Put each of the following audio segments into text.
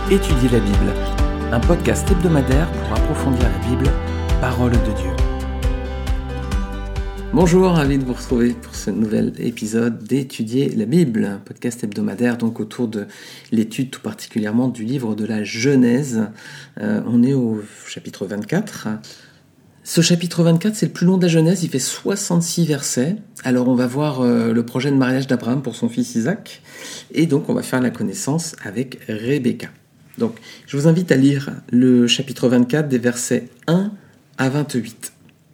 Étudier la Bible, un podcast hebdomadaire pour approfondir la Bible, parole de Dieu. Bonjour, ravi de vous retrouver pour ce nouvel épisode d'Étudier la Bible, un podcast hebdomadaire donc autour de l'étude tout particulièrement du livre de la Genèse. On est au chapitre 24. Ce chapitre 24, c'est le plus long de la Genèse, il fait 66 versets. Alors on va voir le projet de mariage d'Abraham pour son fils Isaac, et donc on va faire la connaissance avec Rebecca. Donc je vous invite à lire le chapitre 24 des versets 1 à 28.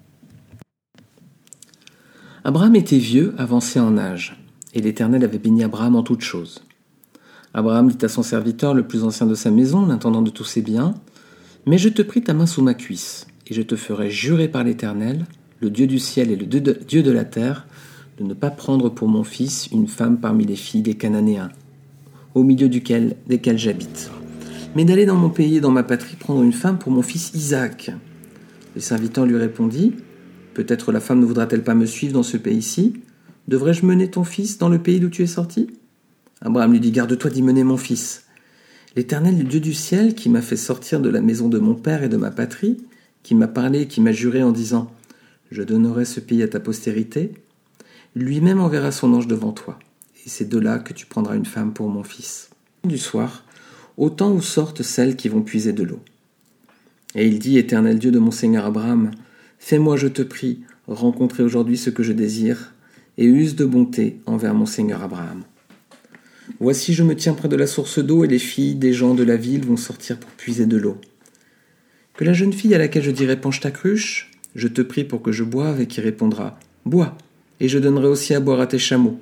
Abraham était vieux, avancé en âge, et l'Éternel avait béni Abraham en toutes choses. Abraham dit à son serviteur, le plus ancien de sa maison, l'intendant de tous ses biens, « Mais je te prie ta main sous ma cuisse, et je te ferai jurer par l'Éternel, le Dieu du ciel et le Dieu de la terre, de ne pas prendre pour mon fils une femme parmi les filles des Cananéens, au milieu desquels j'habite, mais d'aller dans mon pays et dans ma patrie prendre une femme pour mon fils Isaac. » Le serviteur lui répondit, « Peut-être la femme ne voudra-t-elle pas me suivre dans ce pays-ci ? Devrais-je mener ton fils dans le pays d'où tu es sorti ?» Abraham lui dit, « Garde-toi d'y mener mon fils. L'Éternel, le Dieu du ciel, qui m'a fait sortir de la maison de mon père et de ma patrie, qui m'a parlé et qui m'a juré en disant, « Je donnerai ce pays à ta postérité », lui-même enverra son ange devant toi, et c'est de là que tu prendras une femme pour mon fils. Du soir, au temps où sortent celles qui vont puiser de l'eau. Et il dit, « Éternel Dieu de mon Seigneur Abraham, fais-moi, je te prie, rencontrer aujourd'hui ce que je désire, et use de bonté envers mon Seigneur Abraham. Voici, je me tiens près de la source d'eau, et les filles des gens de la ville vont sortir pour puiser de l'eau. Que la jeune fille à laquelle je dirai, penche ta cruche, je te prie pour que je boive, et qui répondra, bois, et je donnerai aussi à boire à tes chameaux.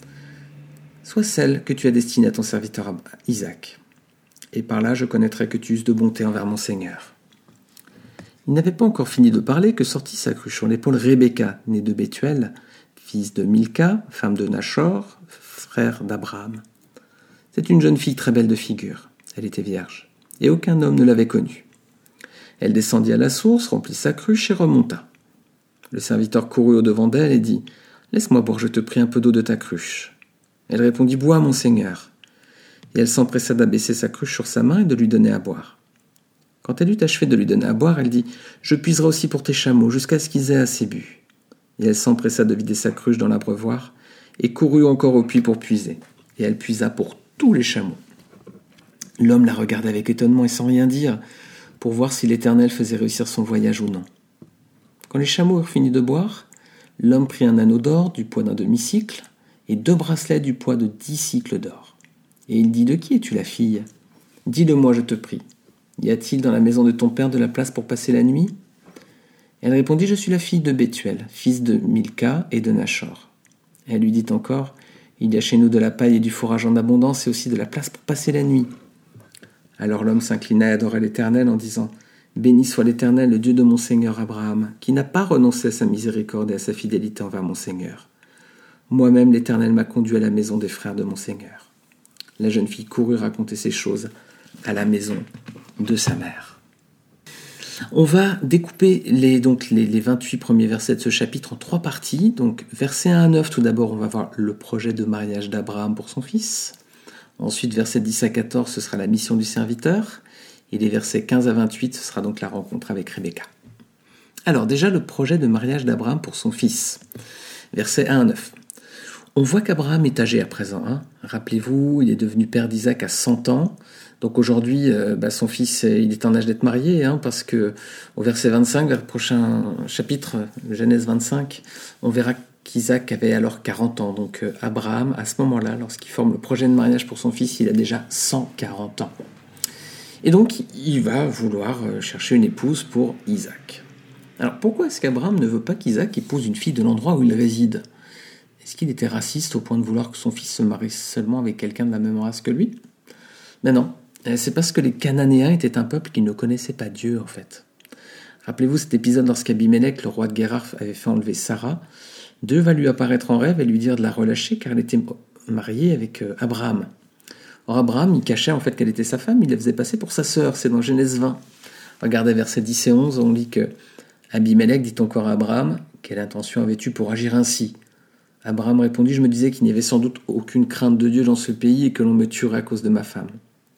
Sois celle que tu as destinée à ton serviteur Isaac. Et par là je connaîtrai que tu uses de bonté envers mon Seigneur. » Il n'avait pas encore fini de parler que sortit sa cruche sur l'épaule Rebecca, née de Bethuel, fils de Milca, femme de Nachor, frère d'Abraham. C'est une jeune fille très belle de figure. Elle était vierge, et aucun homme ne l'avait connue. Elle descendit à la source, remplit sa cruche et remonta. Le serviteur courut au-devant d'elle et dit, « Laisse-moi boire, je te prie, un peu d'eau de ta cruche. » Elle répondit, « Bois, mon Seigneur. » Et elle s'empressa d'abaisser sa cruche sur sa main et de lui donner à boire. Quand elle eut achevé de lui donner à boire, elle dit, « Je puiserai aussi pour tes chameaux, jusqu'à ce qu'ils aient assez bu. » Et elle s'empressa de vider sa cruche dans l'abreuvoir, et courut encore au puits pour puiser. Et elle puisa pour tous les chameaux. L'homme la regardait avec étonnement et sans rien dire, pour voir si l'Éternel faisait réussir son voyage ou non. Quand les chameaux eurent fini de boire, l'homme prit un anneau d'or du poids d'un demi-cycle, et 2 bracelets du poids de 10 cycles d'or. Et il dit, « De qui es-tu la fille ? Dis-le-moi, je te prie. Y a-t-il dans la maison de ton père de la place pour passer la nuit ?» Elle répondit, « Je suis la fille de Bethuel, fils de Milca et de Nachor. » Elle lui dit encore, « Il y a chez nous de la paille et du fourrage en abondance et aussi de la place pour passer la nuit. » Alors l'homme s'inclina et adora l'Éternel en disant, « Béni soit l'Éternel, le Dieu de mon Seigneur Abraham, qui n'a pas renoncé à sa miséricorde et à sa fidélité envers mon Seigneur. Moi-même, l'Éternel m'a conduit à la maison des frères de mon Seigneur. » La jeune fille courut raconter ces choses à la maison de sa mère. On va découper les 28 premiers versets de ce chapitre en 3 parties. Donc, versets 1 à 9, tout d'abord, on va voir le projet de mariage d'Abraham pour son fils. Ensuite, versets 10 à 14, ce sera la mission du serviteur. Et les versets 15 à 28, ce sera donc la rencontre avec Rebecca. Alors, déjà, le projet de mariage d'Abraham pour son fils. Versets 1 à 9. On voit qu'Abraham est âgé à présent. Rappelez-vous, il est devenu père d'Isaac à 100 ans. Donc aujourd'hui, son fils, il est en âge d'être marié, parce que au verset 25, vers le prochain chapitre, Genèse 25, on verra qu'Isaac avait alors 40 ans. Donc Abraham, à ce moment-là, lorsqu'il forme le projet de mariage pour son fils, il a déjà 140 ans. Et donc, il va vouloir chercher une épouse pour Isaac. Alors pourquoi est-ce qu'Abraham ne veut pas qu'Isaac épouse une fille de l'endroit où il réside ? Est-ce qu'il était raciste au point de vouloir que son fils se marie seulement avec quelqu'un de la même race que lui ? Mais non, c'est parce que les Cananéens étaient un peuple qui ne connaissait pas Dieu en fait. Rappelez-vous cet épisode lorsqu'Abimélec, le roi de Guérar, avait fait enlever Sarah. Dieu va lui apparaître en rêve et lui dire de la relâcher car elle était mariée avec Abraham. Or Abraham, il cachait en fait qu'elle était sa femme, il la faisait passer pour sa sœur, c'est dans Genèse 20. Regardez versets 10 et 11, on lit que Abimélec dit encore à Abraham, « Quelle intention avais-tu pour agir ainsi ?» Abraham répondit, « Je me disais qu'il n'y avait sans doute aucune crainte de Dieu dans ce pays et que l'on me tuerait à cause de ma femme. »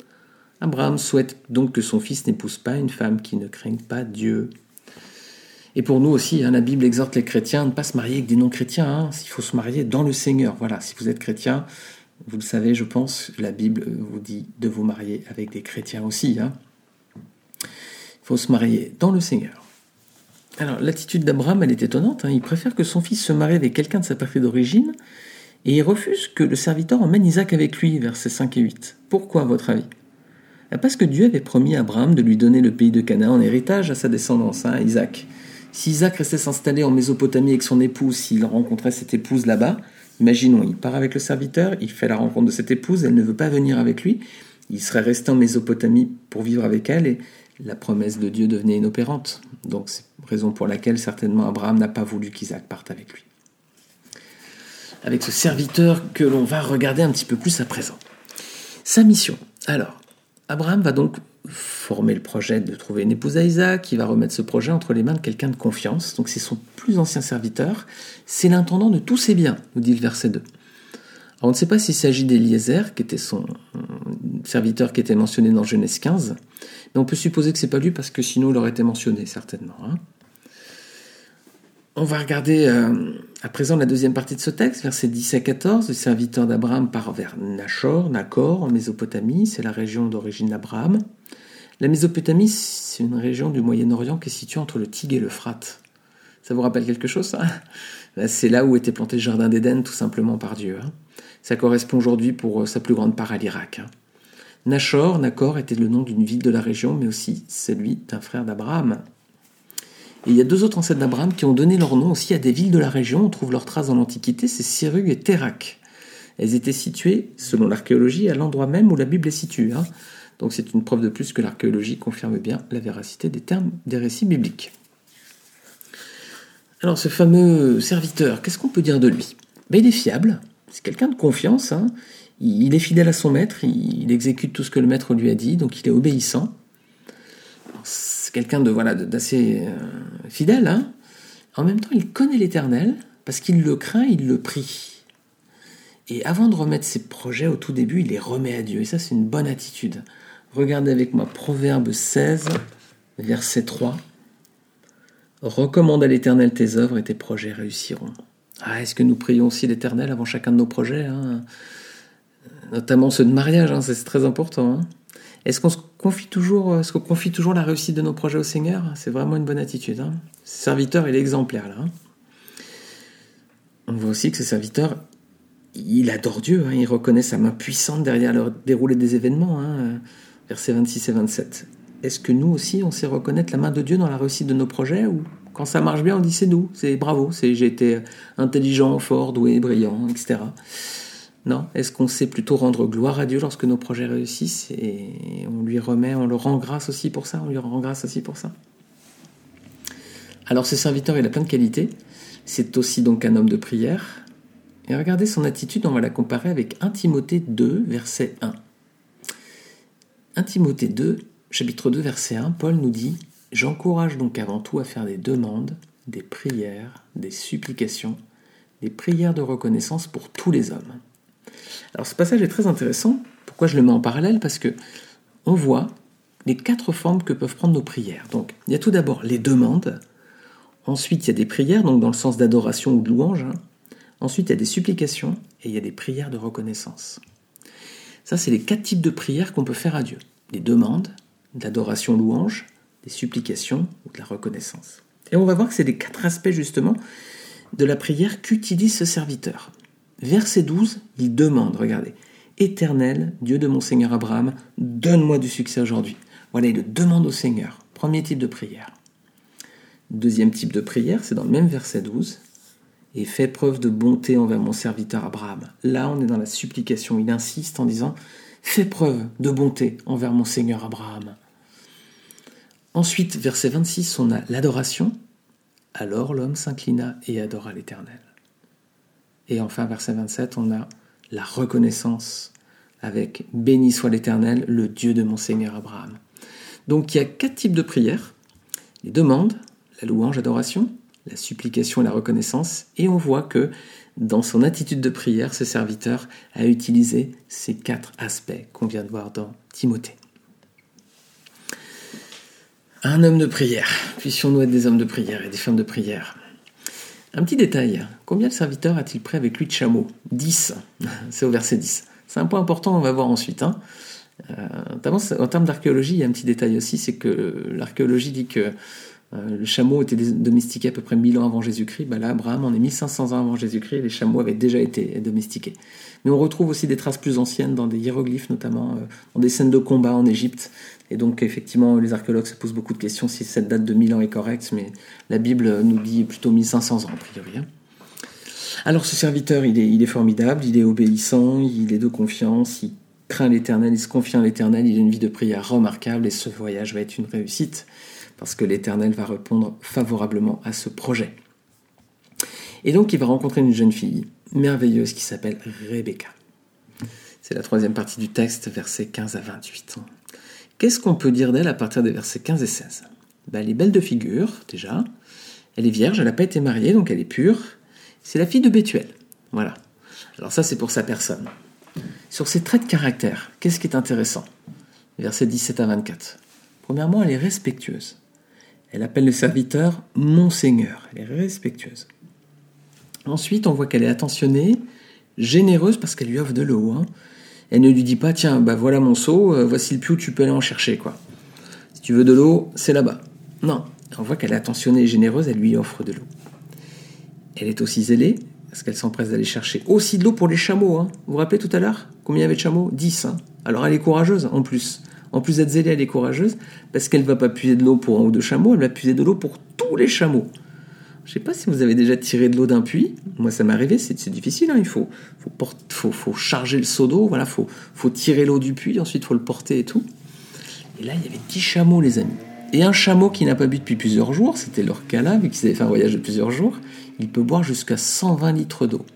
Abraham souhaite donc que son fils n'épouse pas une femme qui ne craigne pas Dieu. Et pour nous aussi, la Bible exhorte les chrétiens à ne pas se marier avec des non-chrétiens. Il faut se marier dans le Seigneur. Voilà, si vous êtes chrétien, vous le savez, je pense, la Bible vous dit de vous marier avec des chrétiens aussi. Il faut se marier dans le Seigneur. Alors, l'attitude d'Abraham, elle est étonnante. Il préfère que son fils se marie avec quelqu'un de sa patrie d'origine et il refuse que le serviteur emmène Isaac avec lui, versets 5 et 8. Pourquoi, à votre avis ? Parce que Dieu avait promis à Abraham de lui donner le pays de Canaan en héritage à sa descendance, Isaac. Si Isaac restait s'installer en Mésopotamie avec son épouse, s'il rencontrait cette épouse là-bas, imaginons, il part avec le serviteur, il fait la rencontre de cette épouse, elle ne veut pas venir avec lui, il serait resté en Mésopotamie pour vivre avec elle et la promesse de Dieu devenait inopérante. Donc c'est la raison pour laquelle certainement Abraham n'a pas voulu qu'Isaac parte avec lui. Avec ce serviteur que l'on va regarder un petit peu plus à présent. Sa mission. Alors, Abraham va donc former le projet de trouver une épouse à Isaac, il va remettre ce projet entre les mains de quelqu'un de confiance, donc c'est son plus ancien serviteur, c'est l'intendant de tous ses biens, nous dit le verset 2. Alors on ne sait pas s'il s'agit d'Éliézer, qui était son serviteur qui était mentionné dans Genèse 15, mais on peut supposer que c'est pas lui parce que sinon il aurait été mentionné certainement. On va regarder à présent la deuxième partie de ce texte, versets 10 à 14. Le serviteur d'Abraham part vers Nachor, en Mésopotamie, c'est la région d'origine d'Abraham. La Mésopotamie, c'est une région du Moyen-Orient qui est située entre le Tigre et l'Euphrate. Ça vous rappelle quelque chose, ça ? C'est là où était planté le jardin d'Éden, tout simplement par Dieu. Ça correspond aujourd'hui pour sa plus grande part à l'Irak. Nachor était le nom d'une ville de la région, mais aussi celui d'un frère d'Abraham. Et il y a deux autres ancêtres d'Abraham qui ont donné leur nom aussi à des villes de la région. On trouve leurs traces dans l'Antiquité, c'est Sirug et Térak. Elles étaient situées, selon l'archéologie, à l'endroit même où la Bible est située. Donc c'est une preuve de plus que l'archéologie confirme bien la véracité des termes des récits bibliques. Alors ce fameux serviteur, qu'est-ce qu'on peut dire de lui ? Il est fiable, c'est quelqu'un de confiance, il est fidèle à son maître, il exécute tout ce que le maître lui a dit, donc il est obéissant. C'est quelqu'un d'assez fidèle. En même temps, il connaît l'Éternel, parce qu'il le craint, il le prie. Et avant de remettre ses projets au tout début, il les remet à Dieu. Et ça, c'est une bonne attitude. Regardez avec moi Proverbe 16, verset 3. « Recommande à l'Éternel tes œuvres et tes projets réussiront. » Est-ce que nous prions aussi l'Éternel avant chacun de nos projets notamment ceux de mariage, c'est très important. Est-ce qu'on confie toujours la réussite de nos projets au Seigneur ? C'est vraiment une bonne attitude. Ce serviteur, il est exemplaire là. On voit aussi que ce serviteur, il adore Dieu, il reconnaît sa main puissante derrière le déroulé des événements, versets 26 et 27. Est-ce que nous aussi, on sait reconnaître la main de Dieu dans la réussite de nos projets, ou quand ça marche bien, on dit c'est nous, c'est bravo, j'ai été intelligent, fort, doué, brillant, etc. Non, est-ce qu'on sait plutôt rendre gloire à Dieu lorsque nos projets réussissent et on le rend grâce aussi pour ça, Alors ce serviteur, il a plein de qualités, c'est aussi donc un homme de prière. Et regardez son attitude, on va la comparer avec 1 Timothée 2, verset 1. 1 Timothée 2, chapitre 2, verset 1, Paul nous dit « J'encourage donc avant tout à faire des demandes, des prières, des supplications, des prières de reconnaissance pour tous les hommes. » Alors ce passage est très intéressant. Pourquoi je le mets en parallèle ? Parce que on voit les 4 formes que peuvent prendre nos prières. Donc il y a tout d'abord les demandes. Ensuite il y a des prières, donc dans le sens d'adoration ou de louange. Ensuite il y a des supplications et il y a des prières de reconnaissance. Ça c'est les 4 types de prières qu'on peut faire à Dieu. Des demandes, de l'adoration louange, des supplications ou de la reconnaissance. Et on va voir que c'est les 4 aspects justement de la prière qu'utilise ce serviteur. Verset 12, il demande, regardez, « Éternel, Dieu de mon Seigneur Abraham, donne-moi du succès aujourd'hui. » Voilà, il le demande au Seigneur. Premier type de prière. Deuxième type de prière, c'est dans le même verset 12. « Et fais preuve de bonté envers mon serviteur Abraham. » Là, on est dans la supplication. Il insiste en disant « Fais preuve de bonté envers mon Seigneur Abraham. » Ensuite, verset 26, on a l'adoration. « Alors l'homme s'inclina et adora l'Éternel. » Et enfin, verset 27, on a la reconnaissance avec « Béni soit l'Éternel, le Dieu de mon Seigneur Abraham. » Donc il y a 4 types de prières. Les demandes, la louange, l'adoration, la supplication et la reconnaissance. Et on voit que dans son attitude de prière, ce serviteur a utilisé ces 4 aspects qu'on vient de voir dans Timothée. Un homme de prière. Puissions-nous être des hommes de prière et des femmes de prière. Un petit détail. Combien de serviteurs a-t-il pris avec lui de chameaux ? 10. C'est au verset 10. C'est un point important, on va voir ensuite. Notamment, en termes d'archéologie, il y a un petit détail aussi, c'est que l'archéologie dit que le chameau était domestiqué à peu près 1000 ans avant Jésus-Christ. Là, Abraham, on est 1500 ans avant Jésus-Christ, et les chameaux avaient déjà été domestiqués. Mais on retrouve aussi des traces plus anciennes dans des hiéroglyphes, notamment dans des scènes de combat en Égypte. Et donc, effectivement, les archéologues se posent beaucoup de questions si cette date de 1000 ans est correcte, mais la Bible nous dit plutôt 1500 ans, a priori. Alors, ce serviteur, il est formidable, il est obéissant, il est de confiance, il craint l'Éternel, il se confie en l'Éternel, il a une vie de prière remarquable, et ce voyage va être une réussite, parce que l'Éternel va répondre favorablement à ce projet. Et donc, il va rencontrer une jeune fille merveilleuse qui s'appelle Rebecca. C'est la troisième partie du texte, versets 15 à 28. Qu'est-ce qu'on peut dire d'elle à partir des versets 15 et 16 ? Elle est belle de figure, déjà. Elle est vierge, elle n'a pas été mariée, donc elle est pure. C'est la fille de Bethuel. Voilà. Alors ça, c'est pour sa personne. Sur ses traits de caractère, qu'est-ce qui est intéressant ? Versets 17 à 24. Premièrement, elle est respectueuse. Elle appelle le serviteur « Mon Seigneur ». Elle est respectueuse. Ensuite, on voit qu'elle est attentionnée, généreuse parce qu'elle lui offre de l'eau. Elle ne lui dit pas « Tiens, voilà mon seau, voici le puits où tu peux aller en chercher. » Si tu veux de l'eau, c'est là-bas. Non, on voit qu'elle est attentionnée et généreuse, elle lui offre de l'eau. Elle est aussi zélée, parce qu'elle s'empresse d'aller chercher aussi de l'eau pour les chameaux. Vous vous rappelez tout à l'heure combien il y avait de chameaux ? 10. Alors elle est courageuse en plus. En plus d'être zélée, elle est courageuse, parce qu'elle ne va pas puiser de l'eau pour un ou deux chameaux, elle va puiser de l'eau pour tous les chameaux. Je ne sais pas si vous avez déjà tiré de l'eau d'un puits. Moi, ça m'est arrivé, c'est difficile. Il faut charger le seau d'eau, faut tirer l'eau du puits, ensuite il faut le porter et tout. Et là, il y avait 10 chameaux, les amis. Et un chameau qui n'a pas bu depuis plusieurs jours, c'était leur cas là, vu qu'ils avaient fait un voyage de plusieurs jours, il peut boire jusqu'à 120 litres d'eau.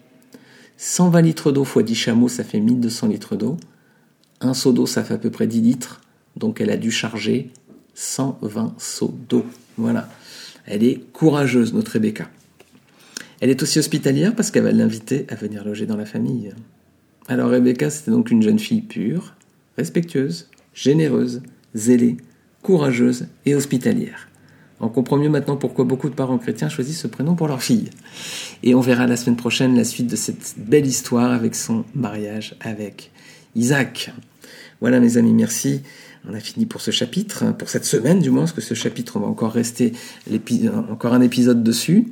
120 litres d'eau fois 10 chameaux, ça fait 1200 litres d'eau. Un seau d'eau, ça fait à peu près 10 litres. Donc elle a dû charger 120 seaux d'eau. Voilà. Elle est courageuse, notre Rebecca. Elle est aussi hospitalière parce qu'elle va l'inviter à venir loger dans la famille. Alors Rebecca, c'était donc une jeune fille pure, respectueuse, généreuse, zélée, courageuse et hospitalière. On comprend mieux maintenant pourquoi beaucoup de parents chrétiens choisissent ce prénom pour leur fille. Et on verra la semaine prochaine la suite de cette belle histoire avec son mariage avec Isaac. Voilà mes amis, merci. On a fini pour ce chapitre, pour cette semaine du moins, parce que ce chapitre, on va encore rester encore un épisode dessus.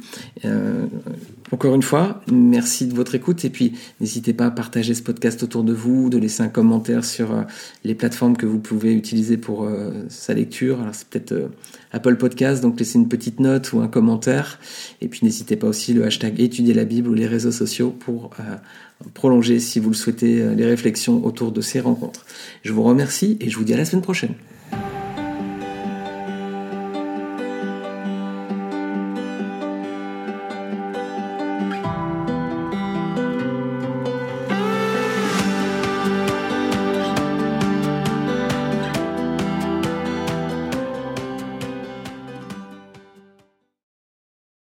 Encore une fois, merci de votre écoute, et puis n'hésitez pas à partager ce podcast autour de vous, de laisser un commentaire sur les plateformes que vous pouvez utiliser pour sa lecture. Alors c'est peut-être Apple Podcast, donc laissez une petite note ou un commentaire, et puis n'hésitez pas aussi le hashtag étudier la Bible ou les réseaux sociaux pour prolonger, si vous le souhaitez, les réflexions autour de ces rencontres. Je vous remercie et je vous dis à la semaine prochaine.